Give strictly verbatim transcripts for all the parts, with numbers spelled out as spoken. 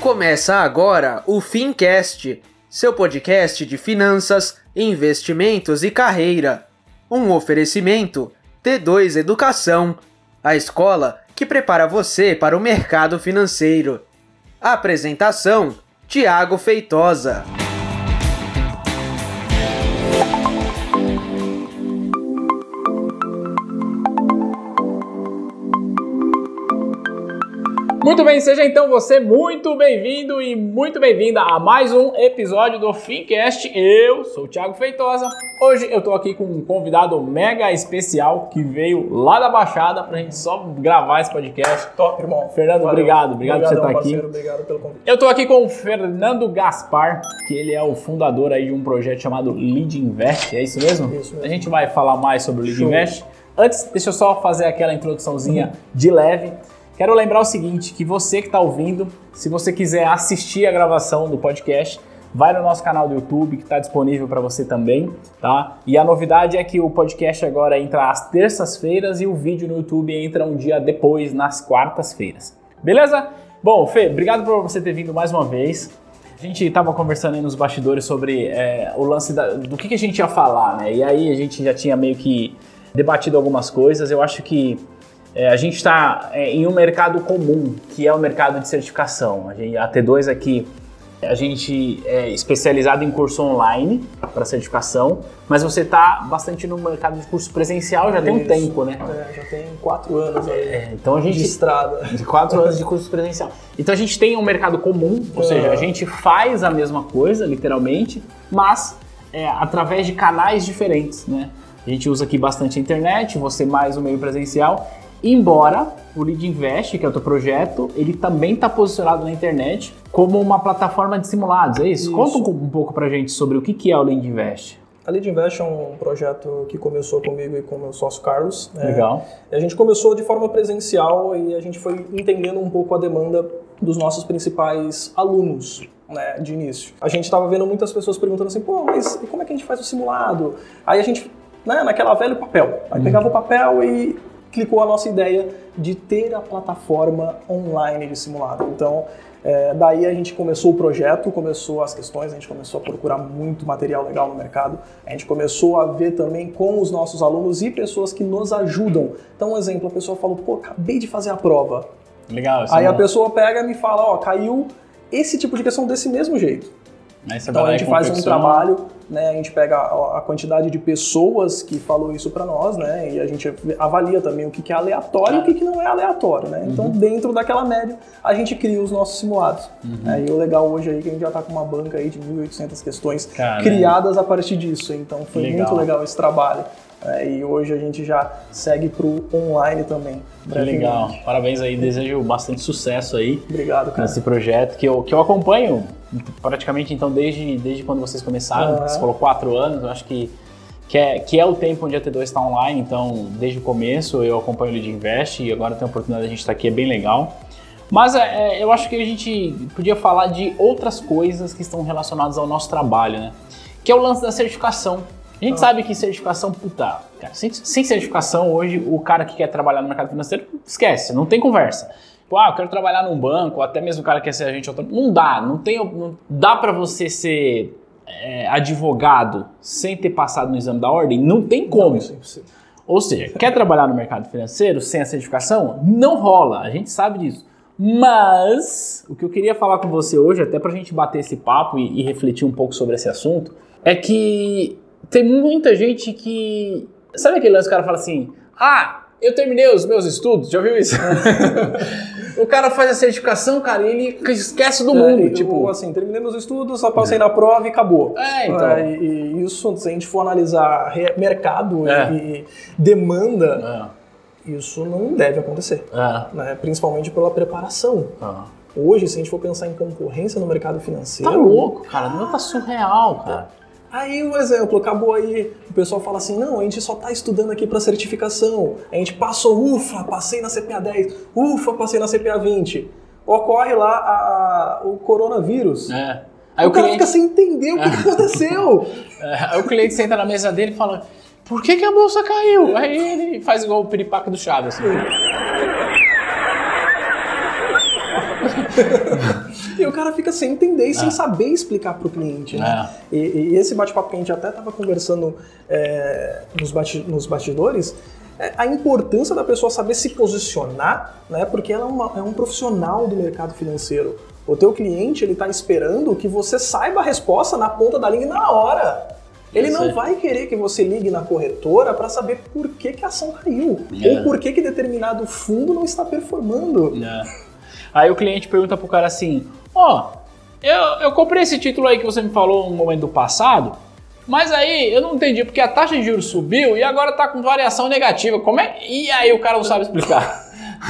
Começa agora o Fincast, seu podcast de finanças, investimentos e carreira. Um oferecimento T dois Educação, a escola que prepara você para o mercado financeiro. Apresentação: Thiago Feitosa. Muito bem, seja então você muito bem-vindo e muito bem-vinda a mais um episódio do Fincast. Eu sou o Thiago Feitosa. Hoje eu tô aqui com um convidado mega especial que veio lá da Baixada pra gente só gravar esse podcast. Top, irmão. Fernando, Valeu. obrigado. Obrigado por você estar aqui. Parceiro, obrigado pelo convite. Eu tô aqui com o Fernando Gaspar, que ele é o fundador aí de um projeto chamado Lead Invest, é isso mesmo? Isso mesmo. A gente vai falar mais sobre o Lead Show. Invest. Antes, deixa eu só fazer aquela introduçãozinha uhum. de leve. Quero lembrar o seguinte, que você que está ouvindo, se você quiser assistir a gravação do podcast, vai no nosso canal do YouTube, que está disponível para você também, tá? E a novidade é que o podcast agora entra às terças-feiras e o vídeo no YouTube entra um dia depois, nas quartas-feiras. Beleza? Bom, Fê, obrigado por você ter vindo mais uma vez. A gente estava conversando aí nos bastidores sobre é, o lance da, do que, que a gente ia falar, né? E aí a gente já tinha meio que debatido algumas coisas. Eu acho que É, a gente está é, em um mercado comum, que é o mercado de certificação. A, gente, a T dois aqui, a gente é especializado em curso online para certificação, mas você está bastante no mercado de curso presencial já tem um Isso. tempo, né? É, já tem quatro anos aí é, então a gente, de estrada. De quatro anos de curso presencial. Então a gente tem um mercado comum, ou é. seja, a gente faz a mesma coisa, literalmente, mas é, através de canais diferentes, né? A gente usa aqui bastante a internet, você mais o meio presencial. Embora o Lead Invest, que é o teu projeto, ele também está posicionado na internet como uma plataforma de simulados, é isso? Isso. Conta um, um pouco pra gente sobre o que, que é o Lead Invest. A Lead Invest é um projeto que começou comigo e com o meu sócio Carlos. Legal. É, a gente começou de forma presencial e a gente foi entendendo um pouco a demanda dos nossos principais alunos, né, de início. A gente estava vendo muitas pessoas perguntando assim, pô, mas e como é que a gente faz o simulado? Aí a gente, né, naquela velho papel, aí hum. pegava o papel e clicou a nossa ideia de ter a plataforma online de simulado. Então, é, daí a gente começou o projeto, começou as questões, a gente começou a procurar muito material legal no mercado, a gente começou a ver também com os nossos alunos e pessoas que nos ajudam. Então, um exemplo, a pessoa falou, pô, acabei de fazer a prova. Legal. Aí é a pessoa pega e me fala, ó, caiu esse tipo de questão desse mesmo jeito. Então a gente faz um trabalho, né, a gente pega a, a quantidade de pessoas que falou isso para nós, né, e a gente avalia também o que, que é aleatório e o que, que não é aleatório, né. Então, uhum. dentro daquela média, a gente cria os nossos simulados. Uhum. Né, e o legal hoje aí é que a gente já está com uma banca aí de mil e oitocentas questões Caramba. criadas a partir disso. Então foi legal. muito legal esse trabalho. É, e hoje a gente já segue pro online também. Que legal. Parabéns aí, desejo bastante sucesso aí. Obrigado, cara. Nesse projeto que eu, que eu acompanho praticamente então desde, desde quando vocês começaram. Uhum. Você falou quatro anos, eu acho que, que, é, que é o tempo onde a T dois está online, então desde o começo eu acompanho o Lead Invest e agora tem a oportunidade de a gente estar aqui, é bem legal. Mas é, eu acho que a gente podia falar de outras coisas que estão relacionadas ao nosso trabalho, né? Que é o lance da certificação. A gente ah. sabe que certificação, puta, cara, sem, sem certificação hoje o cara que quer trabalhar no mercado financeiro esquece, não tem conversa. Tipo, ah, eu quero trabalhar num banco, ou até mesmo o cara quer ser agente autônomo. Não dá, não tem, não dá pra você ser é, advogado sem ter passado no exame da ordem? Não tem como. Não, é Ou seja, quer trabalhar no mercado financeiro sem a certificação? Não rola, a gente sabe disso. Mas o que eu queria falar com você hoje, até pra gente bater esse papo e, e refletir um pouco sobre esse assunto, é que tem muita gente que... Sabe aquele lance que o cara fala assim, ah, eu terminei os meus estudos, já ouviu isso? O cara faz a certificação, cara, e ele esquece do mundo. É, tipo, eu, assim, terminei meus estudos, só passei na prova e acabou. É, então. É, e, e isso, se a gente for analisar mercado é. e demanda, é. isso não deve acontecer. É. Né? Principalmente pela preparação. É. Hoje, se a gente for pensar em concorrência no mercado financeiro... Tá louco, cara, não tá surreal, cara. Aí, um exemplo, acabou aí, o pessoal fala assim, não, a gente só tá estudando aqui para certificação, a gente passou, ufa, passei na C P A dez, ufa, passei na C P A vinte. Ocorre lá a, a, o coronavírus. É. Aí o, o cara cliente... fica sem entender o que, é. que aconteceu. É. Aí o cliente senta na mesa dele e fala, por que, que a bolsa caiu? Aí ele faz igual o piripaque do Chaves. Assim. E o cara fica sem entender e é. sem saber explicar pro cliente, né? É. E, e esse bate-papo que a gente até estava conversando é, nos, bati- nos bastidores, é a importância da pessoa saber se posicionar, né? Porque ela é, uma, é um profissional do mercado financeiro. O teu cliente, ele tá esperando que você saiba a resposta na ponta da língua e na hora. Ele não é. vai querer que você ligue na corretora para saber por que, que a ação caiu, é. ou por que, que determinado fundo não está performando. É. Aí o cliente pergunta pro cara assim, ó, oh, eu, eu comprei esse título aí que você me falou no momento do passado, mas aí eu não entendi porque a taxa de juros subiu e agora tá com variação negativa. Como é? E aí o cara não sabe explicar.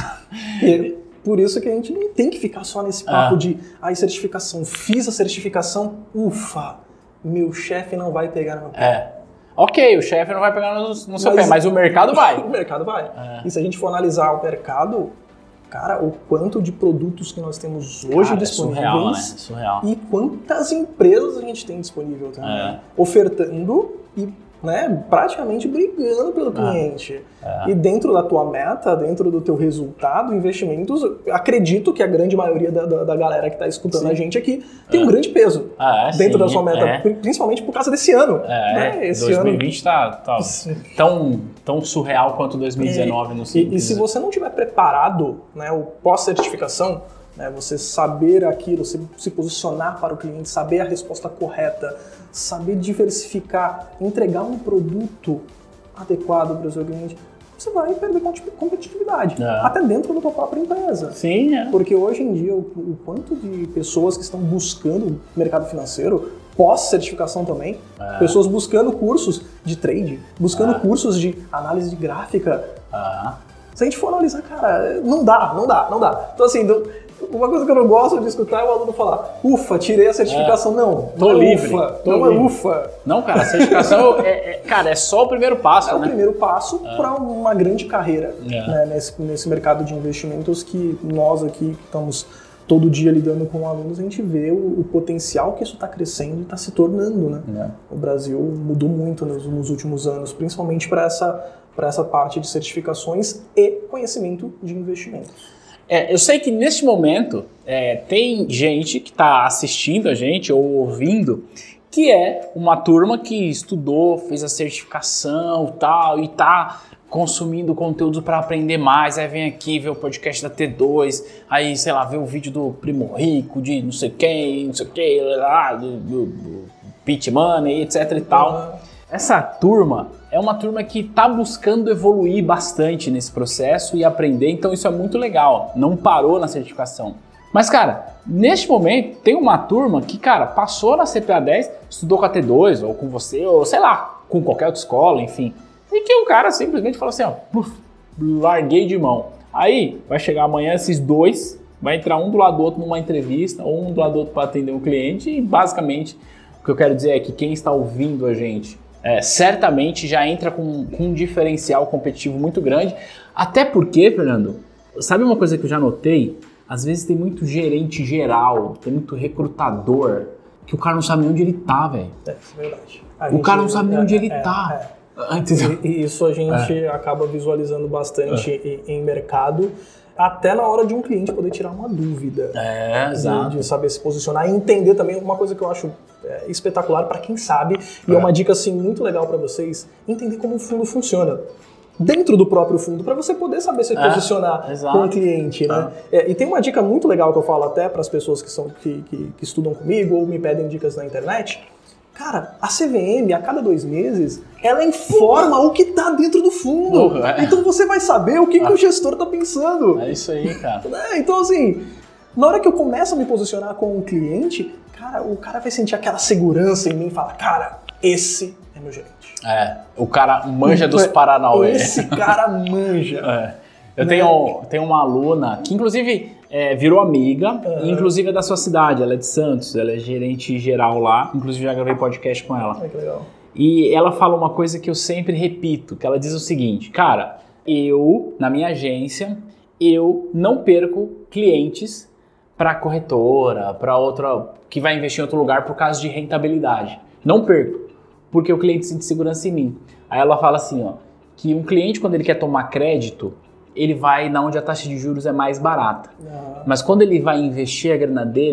E por isso que a gente não tem que ficar só nesse papo ah. de ai, certificação, fiz a certificação, ufa, meu chefe não vai pegar no meu pé. É. Ok, o chefe não vai pegar no, no seu mas, pé, mas o mercado vai. O mercado vai. É. E se a gente for analisar o mercado, cara, o quanto de produtos que nós temos hoje cara, disponíveis. É surreal, né? É surreal. E quantas empresas a gente tem disponível também. É. Ofertando e né, praticamente brigando pelo cliente. É. E dentro da tua meta, dentro do teu resultado, investimentos, acredito que a grande maioria da, da, da galera que está escutando sim. a gente aqui tem é. um grande peso ah, é, dentro sim. da sua meta, é. principalmente por causa desse ano. É, né? Esse dois mil e vinte está tá tão, tão surreal quanto dois mil e dezenove. E, no e, e se você não estiver preparado, né, o pós-certificação, né, você saber aquilo, se, se posicionar para o cliente, saber a resposta correta, saber diversificar, entregar um produto adequado para o seu cliente, você vai perder competitividade, é. até dentro da tua própria empresa. Sim, é. Porque hoje em dia, o, o quanto de pessoas que estão buscando mercado financeiro, pós-certificação também, é. pessoas buscando cursos de trade, buscando é. cursos de análise de gráfica. É. Se a gente for analisar, cara, não dá, não dá, não dá. Então assim, uma coisa que eu não gosto de escutar é o aluno falar, ufa, tirei a certificação. É. Não, tô não livre, é ufa, tô não livre. é ufa. Não, cara, a certificação, é, é, cara, é só o primeiro passo, É né? o primeiro passo é. para uma grande carreira é. né, nesse, nesse mercado de investimentos que nós aqui que estamos todo dia lidando com alunos, a gente vê o, o potencial que isso está crescendo e está se tornando, né? É. O Brasil mudou muito nos, nos últimos anos, principalmente para essa, para essa parte de certificações e conhecimento de investimentos. É, eu sei que neste momento é, tem gente que está assistindo a gente ou ouvindo que é uma turma que estudou, fez a certificação e tal, e está consumindo conteúdo para aprender mais, aí vem aqui ver o podcast da T dois, aí, sei lá, ver o vídeo do Primo Rico, de não sei quem, não sei o que, lá, do, do, do Pitch Money, etc e tal. Essa turma é uma turma que está buscando evoluir bastante nesse processo e aprender, então isso é muito legal, não parou na certificação. Mas, cara, neste momento tem uma turma que, cara, passou na C P A dez, estudou com a T dois, ou com você, ou sei lá, com qualquer outra escola, enfim, e que o cara simplesmente falou assim, ó, puf, larguei de mão. Aí vai chegar amanhã esses dois, vai entrar um do lado do outro numa entrevista, ou um do lado do outro para atender um cliente, e basicamente o que eu quero dizer é que quem está ouvindo a gente é, certamente já entra com, com um diferencial competitivo muito grande, até porque, Fernando, sabe uma coisa que eu já notei? Às vezes tem muito gerente geral, tem muito recrutador, que o cara não sabe nem onde ele tá, velho. É, isso é verdade. A o gente, cara não sabe nem é, onde ele é, tá. É. E, e isso a gente é. acaba visualizando bastante é. em, em mercado, até na hora de um cliente poder tirar uma dúvida. É, exato. De, de saber se posicionar e entender também uma coisa que eu acho é, espetacular para quem sabe, e é. é uma dica assim, muito legal para vocês, entender como o fundo funciona. Dentro do próprio fundo, para você poder saber se é, posicionar exato. com o cliente, né? É. É, e tem uma dica muito legal que eu falo até para as pessoas que, são, que, que, que estudam comigo ou me pedem dicas na internet. Cara, a C V M, a cada dois meses, ela informa o que está dentro do fundo. Uhum, é. Então você vai saber o que, ah. que o gestor está pensando. É isso aí, cara. É, então, assim, na hora que eu começo a me posicionar com o cliente, cara, o cara vai sentir aquela segurança em mim e falar, cara, esse é meu gerente. É, o cara manja dos Paranauê. Esse cara manja. É. Eu né? tenho, tenho uma aluna que, inclusive, é, virou amiga, uhum. e, inclusive é da sua cidade, ela é de Santos, ela é gerente geral lá, inclusive já gravei podcast com ela. Ai, que legal. E ela fala uma coisa que eu sempre repito, que ela diz o seguinte, cara, eu, na minha agência, eu não perco clientes para corretora, para outra, que vai investir em outro lugar por causa de rentabilidade. Não perco, porque o cliente sente segurança em mim. Aí ela fala assim, ó, que um cliente, quando ele quer tomar crédito, ele vai na onde a taxa de juros é mais barata. Uhum. Mas quando ele vai investir a grana dele,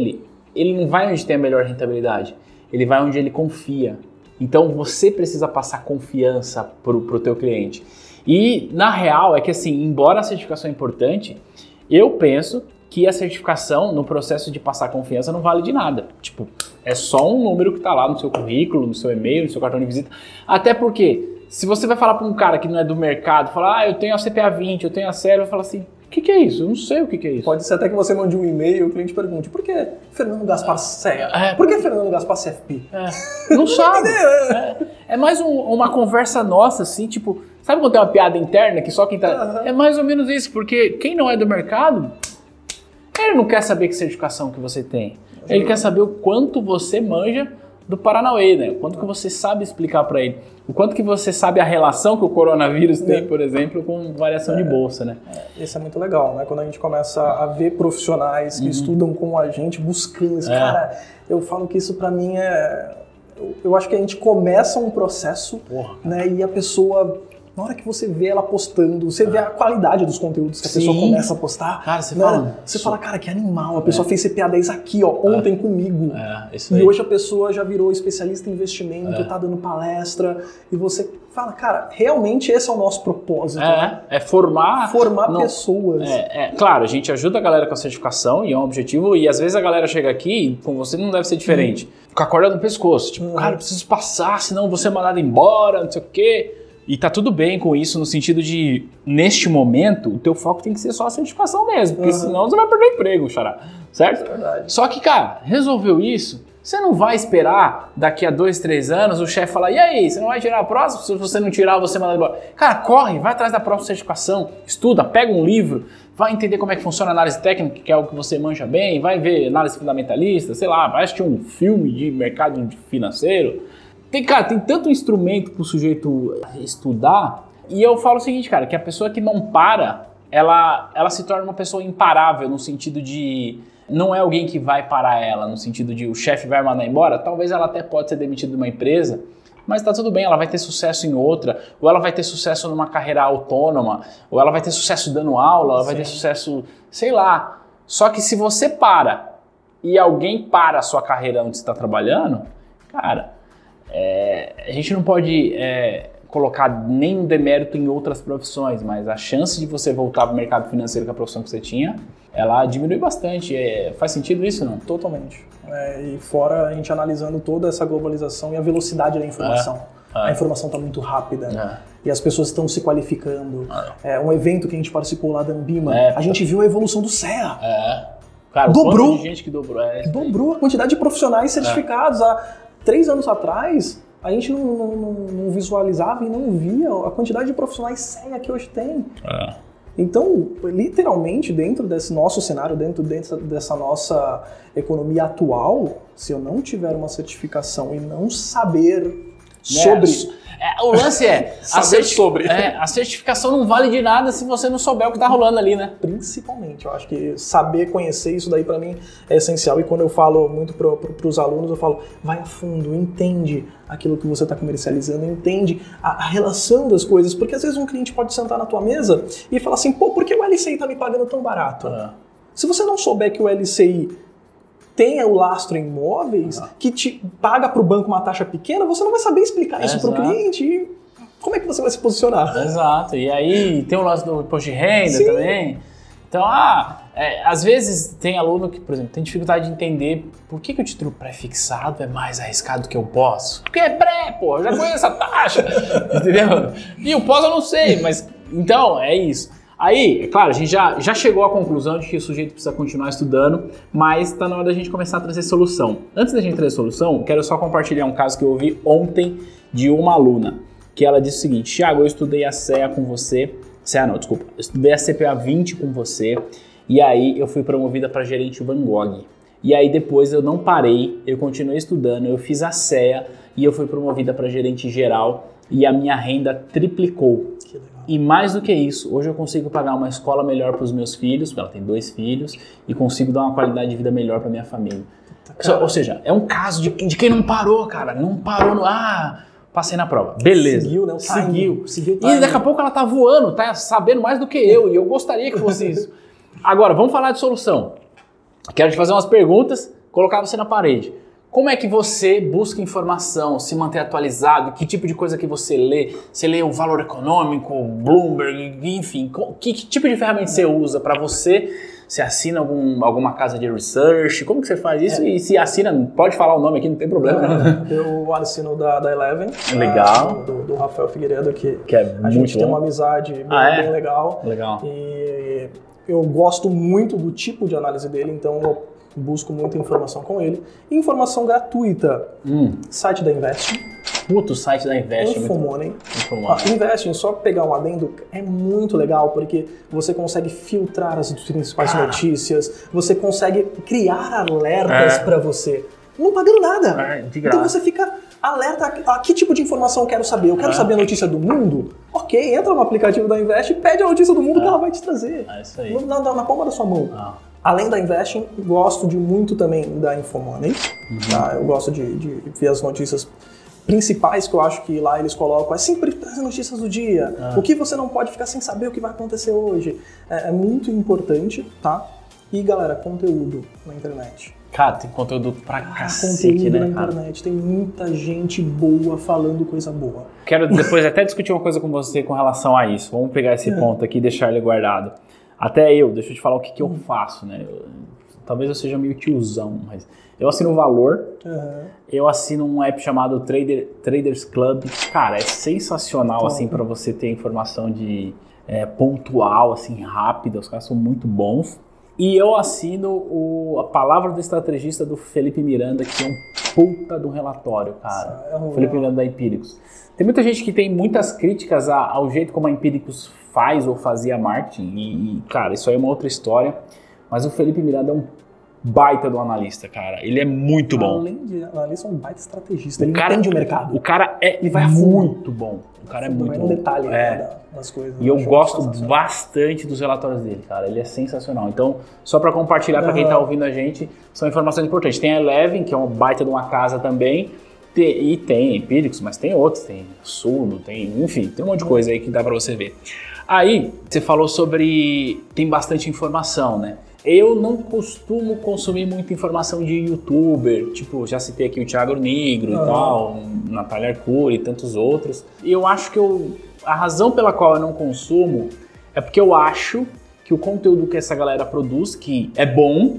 ele não vai onde tem a melhor rentabilidade, ele vai onde ele confia. Então você precisa passar confiança para o teu cliente. E na real é que assim, embora a certificação é importante, eu penso que a certificação no processo de passar confiança não vale de nada. Tipo, é só um número que está lá no seu currículo, no seu e-mail, no seu cartão de visita. Até porque, se você vai falar para um cara que não é do mercado, falar, ah, eu tenho a C P A vinte, eu tenho a C E L, vai falar assim, o que, que é isso? Eu não sei o que, que é isso. Pode ser até que você mande um e-mail e o cliente pergunte, por que Fernando Gaspar C E A? É. Por que Fernando Gaspar C F P? É. Não sabe. É, é mais um, uma conversa nossa, assim, tipo, sabe quando tem uma piada interna que só quem tá... Uhum. É mais ou menos isso, porque quem não é do mercado, ele não quer saber que certificação que você tem. Ele quer saber o quanto você manja do Paranauê, né? O quanto que você sabe explicar para ele. O quanto que você sabe a relação que o coronavírus tem, por exemplo, com variação é, de bolsa, né? É, isso é muito legal, né? Quando a gente começa a ver profissionais que uhum. estudam com a gente, buscando isso. É. Cara, eu falo que isso para mim é... Eu, eu acho que a gente começa um processo, Porra, né? E a pessoa... Na hora que você vê ela postando, você vê a qualidade dos conteúdos que a Sim. pessoa começa a postar. Cara, você né? fala... Você fala, cara, que animal. A pessoa é. fez C P A dez aqui, ó, ontem é. comigo. É, isso e aí. hoje a pessoa já virou especialista em investimento, é. tá dando palestra. E você fala, cara, realmente esse é o nosso propósito. É, né? é formar... Formar não, pessoas. É, é, claro, a gente ajuda a galera com a certificação e é um objetivo. E às vezes a galera chega aqui e com você não deve ser diferente. Hum. Com a corda no pescoço. Tipo, hum. cara, eu preciso passar, senão eu vou ser mandado embora, não sei o quê. E tá tudo bem com isso no sentido de, neste momento, o teu foco tem que ser só a certificação mesmo, porque uhum. senão você vai perder emprego, xará, certo? É verdade. Só que, cara, resolveu isso, você não vai esperar daqui a dois, três anos o chefe falar, e aí, você não vai tirar a próxima? Se você não tirar, você manda embora. Cara, corre, vai atrás da próxima certificação, estuda, pega um livro, vai entender como é que funciona a análise técnica, que é algo que você manja bem, vai ver análise fundamentalista, sei lá, vai assistir um filme de mercado financeiro. Tem, cara, tem tanto instrumento para o sujeito estudar, e eu falo o seguinte, cara, que a pessoa que não para, ela, ela se torna uma pessoa imparável, no sentido de, não é alguém que vai parar ela, no sentido de o chefe vai mandar embora, talvez ela até pode ser demitida de uma empresa, mas tá tudo bem, ela vai ter sucesso em outra, ou ela vai ter sucesso numa carreira autônoma, ou ela vai ter sucesso dando aula, ela Sim. vai ter sucesso, sei lá. Só que se você para, e alguém para a sua carreira onde você está trabalhando, cara... É, a gente não pode é, colocar nenhum demérito em outras profissões, mas a chance de você voltar para o mercado financeiro com a profissão que você tinha, ela diminui bastante. É, faz sentido isso, não? Totalmente. É, e fora a gente analisando toda essa globalização e a velocidade da informação. É, é. A informação está muito rápida. É. E as pessoas estão se qualificando. É. É, um evento que a gente participou lá da Ambima, é, a gente viu a evolução do C E A. É. Cara, dobrou. De gente que dobrou. É, dobrou a quantidade de profissionais certificados. É. A, Três anos atrás, a gente não, não, não visualizava e não via a quantidade de profissionais C E A que hoje tem. É. Então, literalmente, dentro desse nosso cenário, dentro dessa, dessa nossa economia atual, se eu não tiver uma certificação e não saber sobre... É, o lance é, a, certi sobre. É, a certificação não vale de nada se você não souber o que está rolando ali, né? Principalmente, eu acho que saber conhecer isso daí para mim é essencial. E quando eu falo muito para pro, os alunos, eu falo, vai a fundo, entende aquilo que você está comercializando, entende a, a relação das coisas, porque às vezes um cliente pode sentar na tua mesa e falar assim, pô, por que o L C I está me pagando tão barato? É. Se você não souber que o L C I tenha o lastro em imóveis, ah. que te paga para o banco uma taxa pequena, você não vai saber explicar isso para o cliente. E como é que você vai se posicionar? Exato. E aí tem o lance do imposto de renda Sim. também. Então, ah, é, às vezes tem aluno que, por exemplo, tem dificuldade de entender por que, que o título pré-fixado é mais arriscado que o pós. Porque é pré, pô, eu já conheço essa taxa, entendeu? E o pós eu não sei, mas então é isso. Aí, é claro, a gente já, já chegou à conclusão de que o sujeito precisa continuar estudando, mas está na hora da gente começar a trazer solução. Antes da gente trazer solução, quero só compartilhar um caso que eu ouvi ontem de uma aluna, que ela disse o seguinte, Thiago, eu estudei a C E A com você, C E A não, desculpa, eu estudei a C P A vinte com você, e aí eu fui promovida para gerente Van Gogh. E aí depois eu não parei, eu continuei estudando, eu fiz a C E A e eu fui promovida para gerente geral e a minha renda triplicou. Que legal. E mais do que isso, hoje eu consigo pagar uma escola melhor para os meus filhos, porque ela tem dois filhos, e consigo dar uma qualidade de vida melhor para minha família. Ou seja, é um caso de, de quem não parou, cara, não parou no... Ah, passei na prova, beleza. Seguiu, né? O Seguiu. Seguiu e daqui a pouco ela tá voando, tá sabendo mais do que eu, e eu gostaria que fosse isso. Agora, vamos falar de solução. Quero te fazer umas perguntas, colocar você na parede. Como é que você busca informação, se manter atualizado? Que tipo de coisa que você lê? Você lê o Valor Econômico, Bloomberg, enfim. Que, que tipo de ferramenta você usa para você? Você assina algum, alguma casa de research? Como que você faz isso? É. E se assina, pode falar o nome aqui, não tem problema. Né? Eu assino da, da Eleven. Legal. Do, do Rafael Figueiredo, que, que é a gente bom. tem uma amizade bem, ah, é? bem legal. Legal. E eu gosto muito do tipo de análise dele, então eu busco muita informação com ele. Informação gratuita. Hum. Site da Investing. Puto, o site da Investing. Infomoney. Ah, Investing, só pegar um adendo, é muito legal, porque você consegue filtrar as principais Cara. notícias, você consegue criar alertas é. para você, não pagando nada. É, de graça. Então você fica alerta a, a que tipo de informação eu quero saber. Eu quero é. saber a notícia do mundo? Ok, entra no aplicativo da Invest e pede a notícia do mundo é. que ela vai te trazer. É isso aí. Na, na, na palma da sua mão. Ah. Além da Investing, gosto de muito também da Infomoney. Uhum. Tá? Eu gosto de, de ver as notícias principais que eu acho que lá eles colocam. É sempre as notícias do dia. Ah. O que você não pode ficar sem saber o que vai acontecer hoje. É, é muito importante, tá? E galera, conteúdo na internet. Cara, tem conteúdo pra ah, cacete, conteúdo né, na cara? internet. Tem muita gente boa falando coisa boa. Quero depois até discutir uma coisa com você com relação a isso. Vamos pegar esse é. ponto aqui e deixar ele guardado. Até eu, deixa eu te falar o que, que eu faço, né? Eu, talvez eu seja meio tiozão, mas eu assino o Valor, uhum. eu assino um app chamado Trader, Traders Club. Cara, é sensacional, assim, para você ter informação de é, pontual, assim, rápida. Os caras são muito bons. E eu assino o, a Palavra do Estrategista do Felipe Miranda, que é um puta de um relatório, cara. É um Felipe Miranda da Empíricos. Tem muita gente que tem muitas críticas a, ao jeito como a Empíricos faz ou fazia marketing. E, e, cara, isso aí é uma outra história. Mas o Felipe Miranda é um baita do analista, cara. Ele é muito bom. Além de analista, é um baita estrategista. Ele o cara, entende o mercado. O cara é Ele vai muito bom. O cara é muito bom. Um detalhe é. né, das coisas. E eu gosto bastante dos relatórios dele, cara. Ele é sensacional. Então, só para compartilhar uhum. para quem tá ouvindo a gente, são informações importantes. Tem a Eleven, que é uma baita de uma casa também. E tem Empíricos, mas tem outros. Tem Suno, tem... Enfim, tem um monte de coisa aí que dá para você ver. Aí, você falou sobre... Tem bastante informação, né? Eu não costumo consumir muita informação de youtuber, tipo, já citei aqui o Thiago Negro uhum. e tal, Natália Arcuri e tantos outros. E eu acho que eu, a razão pela qual eu não consumo é porque eu acho que o conteúdo que essa galera produz, que é bom,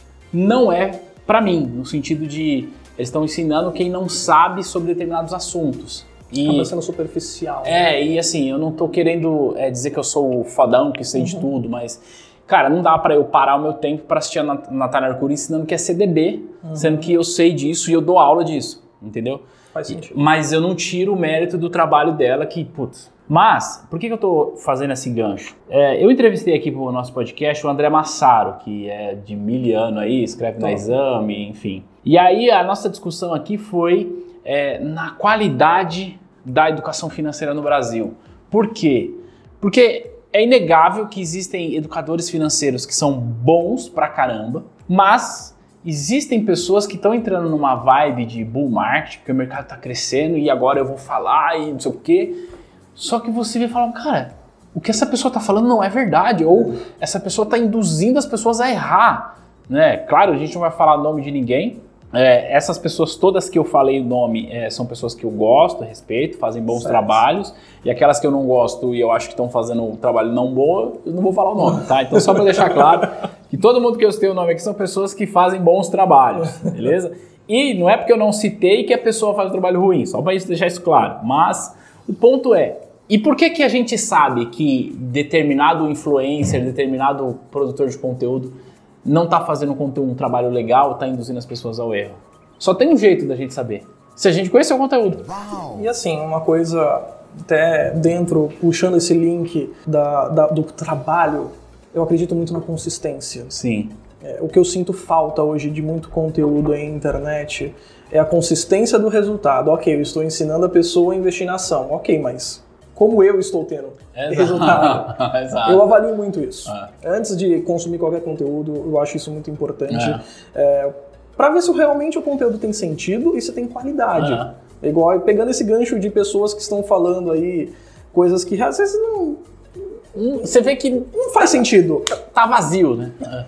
não é pra mim, no sentido de eles estão ensinando quem não sabe sobre determinados assuntos. E, acaba sendo superficial. É, né? E assim, eu não tô querendo é, dizer que eu sou o fodão, que sei uhum. de tudo, mas... Cara, não dá pra eu parar o meu tempo pra assistir a Nat- Natália Arcuri ensinando que é C D B, uhum. sendo que eu sei disso e eu dou aula disso, entendeu? Faz sentido. Mas eu não tiro o mérito do trabalho dela que, putz... Mas, por que, que eu tô fazendo esse gancho? É, eu entrevistei aqui pro nosso podcast o André Massaro, que é de miliano aí, escreve na Exame, enfim. E aí a nossa discussão aqui foi é, na qualidade da educação financeira no Brasil. Por quê? Porque... É inegável que existem educadores financeiros que são bons pra caramba, mas existem pessoas que estão entrando numa vibe de bull market, porque o mercado tá crescendo e agora eu vou falar e não sei o quê. Só que você vê falando, cara, o que essa pessoa tá falando não é verdade, ou essa pessoa tá induzindo as pessoas a errar, né? Claro, a gente não vai falar o nome de ninguém. É, essas pessoas todas que eu falei o nome é, são pessoas que eu gosto, respeito, fazem bons certo. trabalhos, e aquelas que eu não gosto e eu acho que estão fazendo um trabalho não bom, eu não vou falar o nome, tá? Então só para deixar claro que todo mundo que eu citei o nome aqui são pessoas que fazem bons trabalhos, beleza? E não é porque eu não citei que a pessoa faz um trabalho ruim, só para deixar isso claro, mas o ponto é, e por que que a gente sabe que determinado influencer, determinado produtor de conteúdo não está fazendo conteúdo, um trabalho legal, está induzindo as pessoas ao erro? Só tem um jeito da gente saber. Se a gente conhecer o conteúdo. Uau. E assim, uma coisa até dentro, puxando esse link da, da, do trabalho, eu acredito muito na consistência. Sim. É, o que eu sinto falta hoje de muito conteúdo em internet é a consistência do resultado. Ok, eu estou ensinando a pessoa a investir na ação. Ok, mas... como eu estou tendo Exato. resultado. Exato. Eu avalio muito isso. É. Antes de consumir qualquer conteúdo, eu acho isso muito importante. É. É, para ver se realmente o conteúdo tem sentido e se tem qualidade. É. Igual pegando esse gancho de pessoas que estão falando aí coisas que às vezes não... Você vê que não faz sentido. Tá vazio, né? É.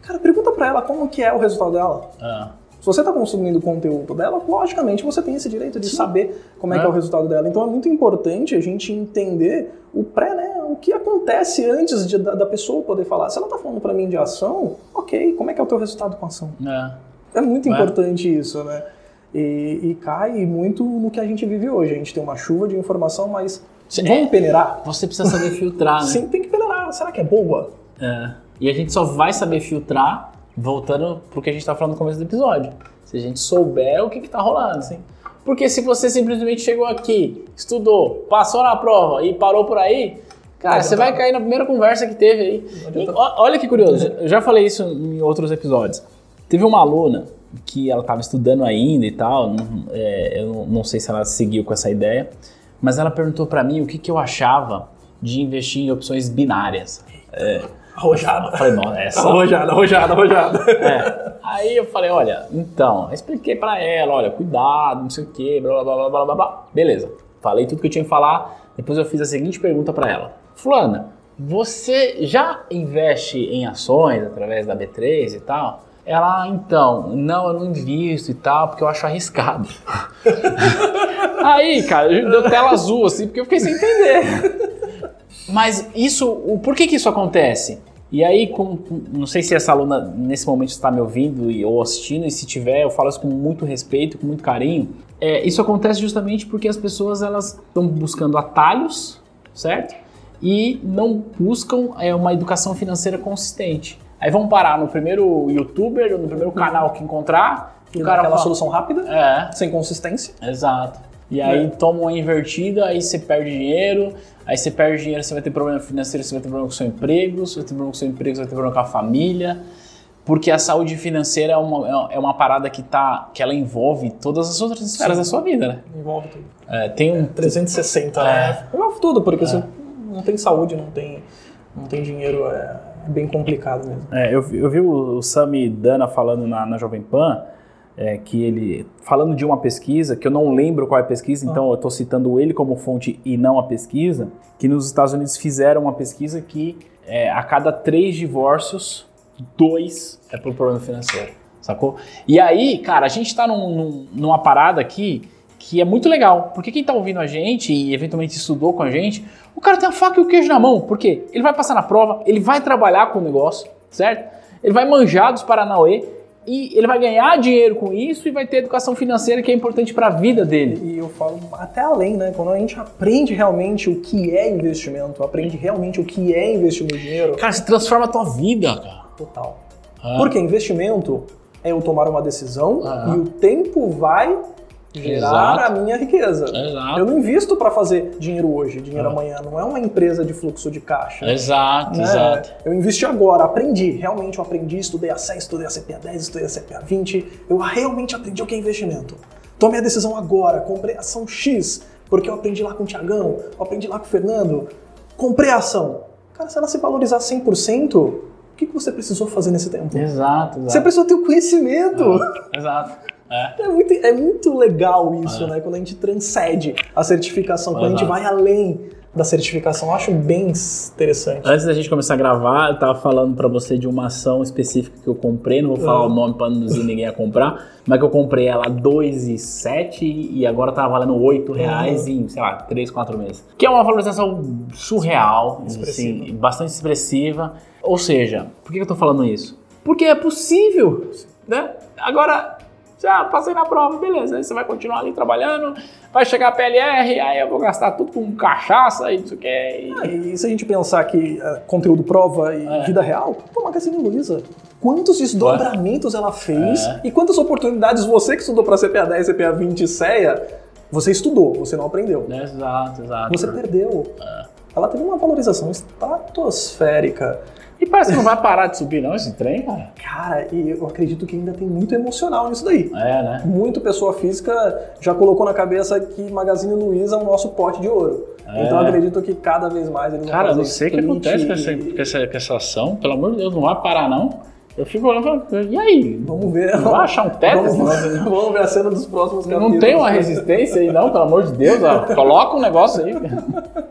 Cara, pergunta pra ela como que é o resultado dela. Ah. Se você está consumindo o conteúdo dela, logicamente você tem esse direito de Sim. saber como é, é que é o resultado dela. Então é muito importante a gente entender o pré, né? O que acontece antes de, da, da pessoa poder falar. Se ela está falando para mim de ação, ok, como é que é o teu resultado com a ação? É, é muito é. importante isso, né? E, e cai muito no que a gente vive hoje. A gente tem uma chuva de informação, mas Você, vamos é, peneirar? Você precisa saber filtrar, né? Sim, tem que peneirar. Será que é boa? É. E a gente só vai saber filtrar voltando pro que a gente tá falando no começo do episódio. Se a gente souber o que que tá rolando, assim. Porque se você simplesmente chegou aqui, estudou, passou na prova e parou por aí, cara, você vai cair na primeira conversa que teve aí. E, olha que curioso, eu já falei isso em outros episódios. Teve uma aluna que ela tava estudando ainda e tal, é, eu não sei se ela seguiu com essa ideia, mas ela perguntou pra mim o que que eu achava de investir em opções binárias. É, Arrojada. Eu falei, não, essa... Arrojada, arrojada, arrojada. É. Aí eu falei, olha, então, eu expliquei pra ela, olha, cuidado, não sei o quê, blá, blá, blá, blá, blá, blá. Beleza. Falei tudo que eu tinha que falar, depois eu fiz a seguinte pergunta pra ela. Fulana, você já investe em ações através da B três e tal? Ela, então, não, eu não invisto e tal, porque eu acho arriscado. Aí, cara, deu tela azul, assim, porque eu fiquei sem entender. Mas isso, o, por que que isso acontece? E aí, com, com, não sei se essa aluna nesse momento está me ouvindo e, ou assistindo, e se tiver, eu falo isso com muito respeito, com muito carinho. É, isso acontece justamente porque as pessoas elas estão buscando atalhos, certo? E não buscam é, uma educação financeira consistente. Aí vão parar no primeiro youtuber, ou no primeiro canal que encontrar, e o cara aquela fala, solução rápida, é, sem consistência. Exato. E aí é. toma uma invertida, aí você perde dinheiro, aí você perde dinheiro, você vai ter problema financeiro, você vai ter problema com o seu emprego, você vai ter problema com o seu emprego, você vai ter problema com a família, porque a saúde financeira é uma, é uma parada que, tá, que ela envolve todas as outras esferas da sua vida, né? Envolve tudo. É, tem um... trezentos e sessenta, é. né? Envolve tudo, porque é. se não tem saúde, não tem, não tem dinheiro, é bem complicado mesmo. É, eu, eu vi o, o Sami Dana falando na, na Jovem Pan, É, que ele, falando de uma pesquisa, que eu não lembro qual é a pesquisa, então eu estou citando ele como fonte e não a pesquisa, que nos Estados Unidos fizeram uma pesquisa que é, a cada três divórcios, dois é por problema financeiro, sacou? E aí, cara, a gente está num, num, numa parada aqui que é muito legal, porque quem está ouvindo a gente e eventualmente estudou com a gente, o cara tem a faca e o queijo na mão, por quê? Ele vai passar na prova, ele vai trabalhar com o negócio, certo? Ele vai manjar dos Paranauê, e ele vai ganhar dinheiro com isso e vai ter educação financeira que é importante para a vida dele. E eu falo até além, né? Quando a gente aprende realmente o que é investimento, aprende realmente o que é investir no dinheiro... Cara, se transforma a tua vida, cara. Total. Ah. Porque investimento é eu tomar uma decisão ah. e o tempo vai gerar Exato. a minha riqueza. Exato. Eu não invisto para fazer dinheiro hoje, dinheiro ah. amanhã. Não é uma empresa de fluxo de caixa. Exato, né? exato. Eu investi agora, aprendi. Realmente eu aprendi, estudei a C E, estudei a C P A dez, estudei a C P A vinte. Eu realmente aprendi o que é investimento. Tomei a decisão agora, comprei a ação X, porque eu aprendi lá com o Tiagão, eu aprendi lá com o Fernando. Comprei a ação. Cara, se ela se valorizar cem por cento, o que você precisou fazer nesse tempo? Exato, exato. Você precisou ter o conhecimento. Ah, exato. É. É, muito, é muito legal isso, é. né? Quando a gente transcende a certificação, quando Exato. a gente vai além da certificação. Eu acho bem interessante. Antes da gente começar a gravar, eu tava falando pra você de uma ação específica que eu comprei, não vou falar uhum. o nome pra não induzir ninguém a comprar, mas que eu comprei ela dois reais e sete e agora tava valendo oito reais uhum. em, sei lá, três, quatro meses. Que é uma valorização surreal, expressiva. Assim, bastante expressiva. Ou seja, por que eu tô falando isso? Porque é possível, né? Agora... Já passei na prova, beleza. Aí você vai continuar ali trabalhando, vai chegar a P L R, aí eu vou gastar tudo com cachaça e isso que é. E... Ah, e se a gente pensar que uh, conteúdo prova e é. vida real, pô, Magazine Luiza, quantos desdobramentos ela fez é. e quantas oportunidades você que estudou para C P A dez, C P A vinte e C E A, você estudou, você não aprendeu. Exato, exato. Você perdeu. É. Ela teve uma valorização estratosférica. E parece que não vai parar de subir não esse trem, cara. Cara, e eu acredito que ainda tem muito emocional nisso daí. É, né? Muito pessoa física já colocou na cabeça que Magazine Luiza é o nosso pote de ouro. É. Então eu acredito que cada vez mais eles vão Cara, fazer não sei o que acontece com essa, com, essa, com essa ação. Pelo amor de Deus, não vai parar não. Eu fico olhando e falando, e aí? Vamos ver. Não vai achar um teto? Vamos, vamos ver a cena dos próximos capítulos. Não tem uma resistência aí não, pelo amor de Deus. Ó. Coloca um negócio aí.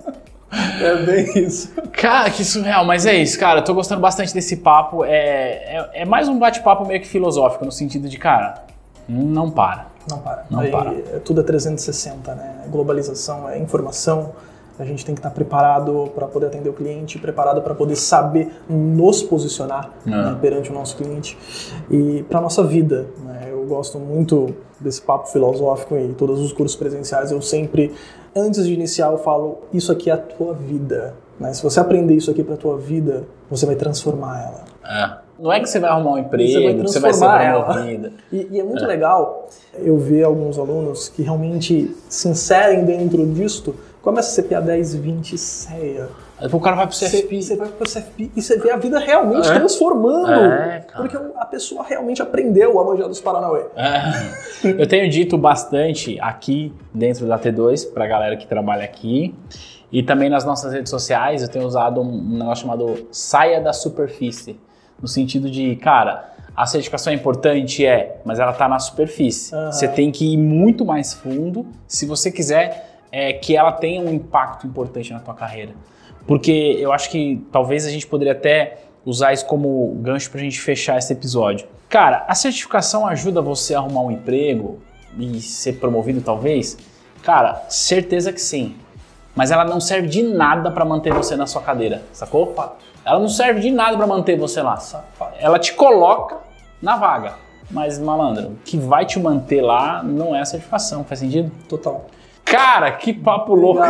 É bem isso. Cara, que surreal, mas é isso, cara, eu tô gostando bastante desse papo, é, é, é mais um bate-papo meio que filosófico, no sentido de, cara, não para. Não para. Não Aí, para. é tudo é trezentos e sessenta, né? É globalização, é informação, a gente tem que estar preparado para poder atender o cliente, preparado para poder saber nos posicionar é. né, perante o nosso cliente e para nossa vida, né? Eu gosto muito desse papo filosófico e todos os cursos presenciais, eu sempre, antes de iniciar, eu falo, isso aqui é a tua vida. Né? Se você aprender isso aqui para a tua vida, você vai transformar ela. É. Não é que você vai arrumar um emprego, você vai, você vai ser promovida. E, e é muito é. legal eu ver alguns alunos que realmente se inserem dentro disto, começa a ser P A dez, vinte, ceia. O cara vai pro C F P. Você vai pro C F P e você vê a vida realmente é. transformando. É, porque a pessoa realmente aprendeu a manjar dos Paranauê. É. Eu tenho dito bastante aqui dentro da T dois, pra galera que trabalha aqui. E também nas nossas redes sociais, eu tenho usado um negócio chamado saia da superfície. No sentido de, cara, a certificação é importante, é, mas ela tá na superfície. Uhum. Você tem que ir muito mais fundo se você quiser é, que ela tenha um impacto importante na tua carreira. Porque eu acho que talvez a gente poderia até usar isso como gancho pra gente fechar esse episódio. Cara, a certificação ajuda você a arrumar um emprego e ser promovido talvez? Cara, certeza que sim. Mas ela não serve de nada pra manter você na sua cadeira, sacou? Ela não serve de nada pra manter você lá. Ela te coloca na vaga. Mas, malandro, o que vai te manter lá não é a certificação, faz sentido? Total. Cara, que papo louco.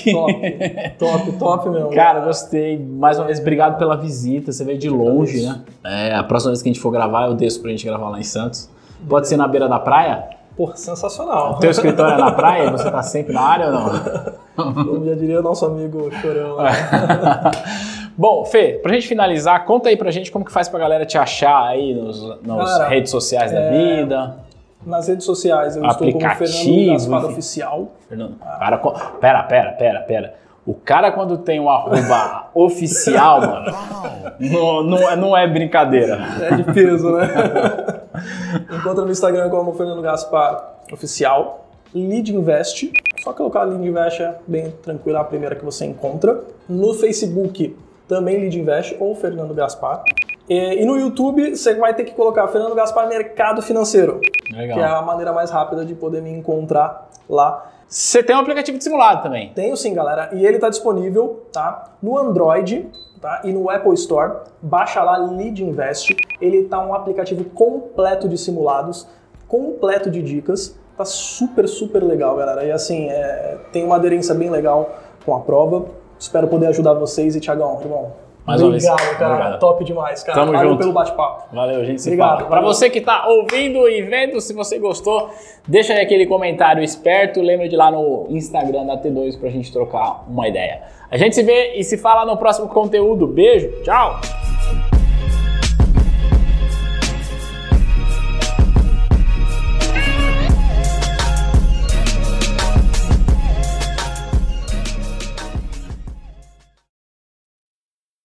Top, top, top mesmo. Cara, gostei. Mais uma vez, obrigado pela visita. Você veio de longe, né? É, a próxima vez que a gente for gravar, eu desço pra gente gravar lá em Santos. Pode ser na beira da praia? Porra, sensacional. O teu escritório é na praia? Você tá sempre na área ou não? Eu já diria nosso amigo Chorão. Né? Bom, Fê, pra gente finalizar, conta aí pra gente como que faz pra galera te achar aí nos, nas Cara, redes sociais é... da vida. Nas redes sociais eu estou como Fernando Gaspar Oficial. Fernando, cara, pera, pera, pera, pera. O cara quando tem um arroba oficial, mano, não, não, é, não é brincadeira. É de peso, né? Encontra no Instagram como Fernando Gaspar Oficial. Lead Invest, só colocar Lead Invest é bem tranquilo, é a primeira que você encontra. No Facebook também Lead Invest ou Fernando Gaspar. E, e no YouTube você vai ter que colocar Fernando Gaspar Mercado Financeiro. Legal. Que é a maneira mais rápida de poder me encontrar lá. Você tem um aplicativo de simulado também? Tenho sim, galera. E ele está disponível, tá, no Android, tá, e no Apple Store. Baixa lá Lead Invest. Ele tá um aplicativo completo de simulados, completo de dicas. Tá super, super legal, galera. E assim, é, tem uma aderência bem legal com a prova. Espero poder ajudar vocês. E, Thiagão, irmão, mais obrigado, uma vez. cara. Obrigado. Top demais, cara. Tamo Valeu junto. pelo bate-papo. Valeu, a gente se Obrigado. fala. Para você que tá ouvindo e vendo, se você gostou, deixa aí aquele comentário esperto. Lembra de ir lá no Instagram da T dois pra gente trocar uma ideia. A gente se vê e se fala no próximo conteúdo. Beijo, tchau!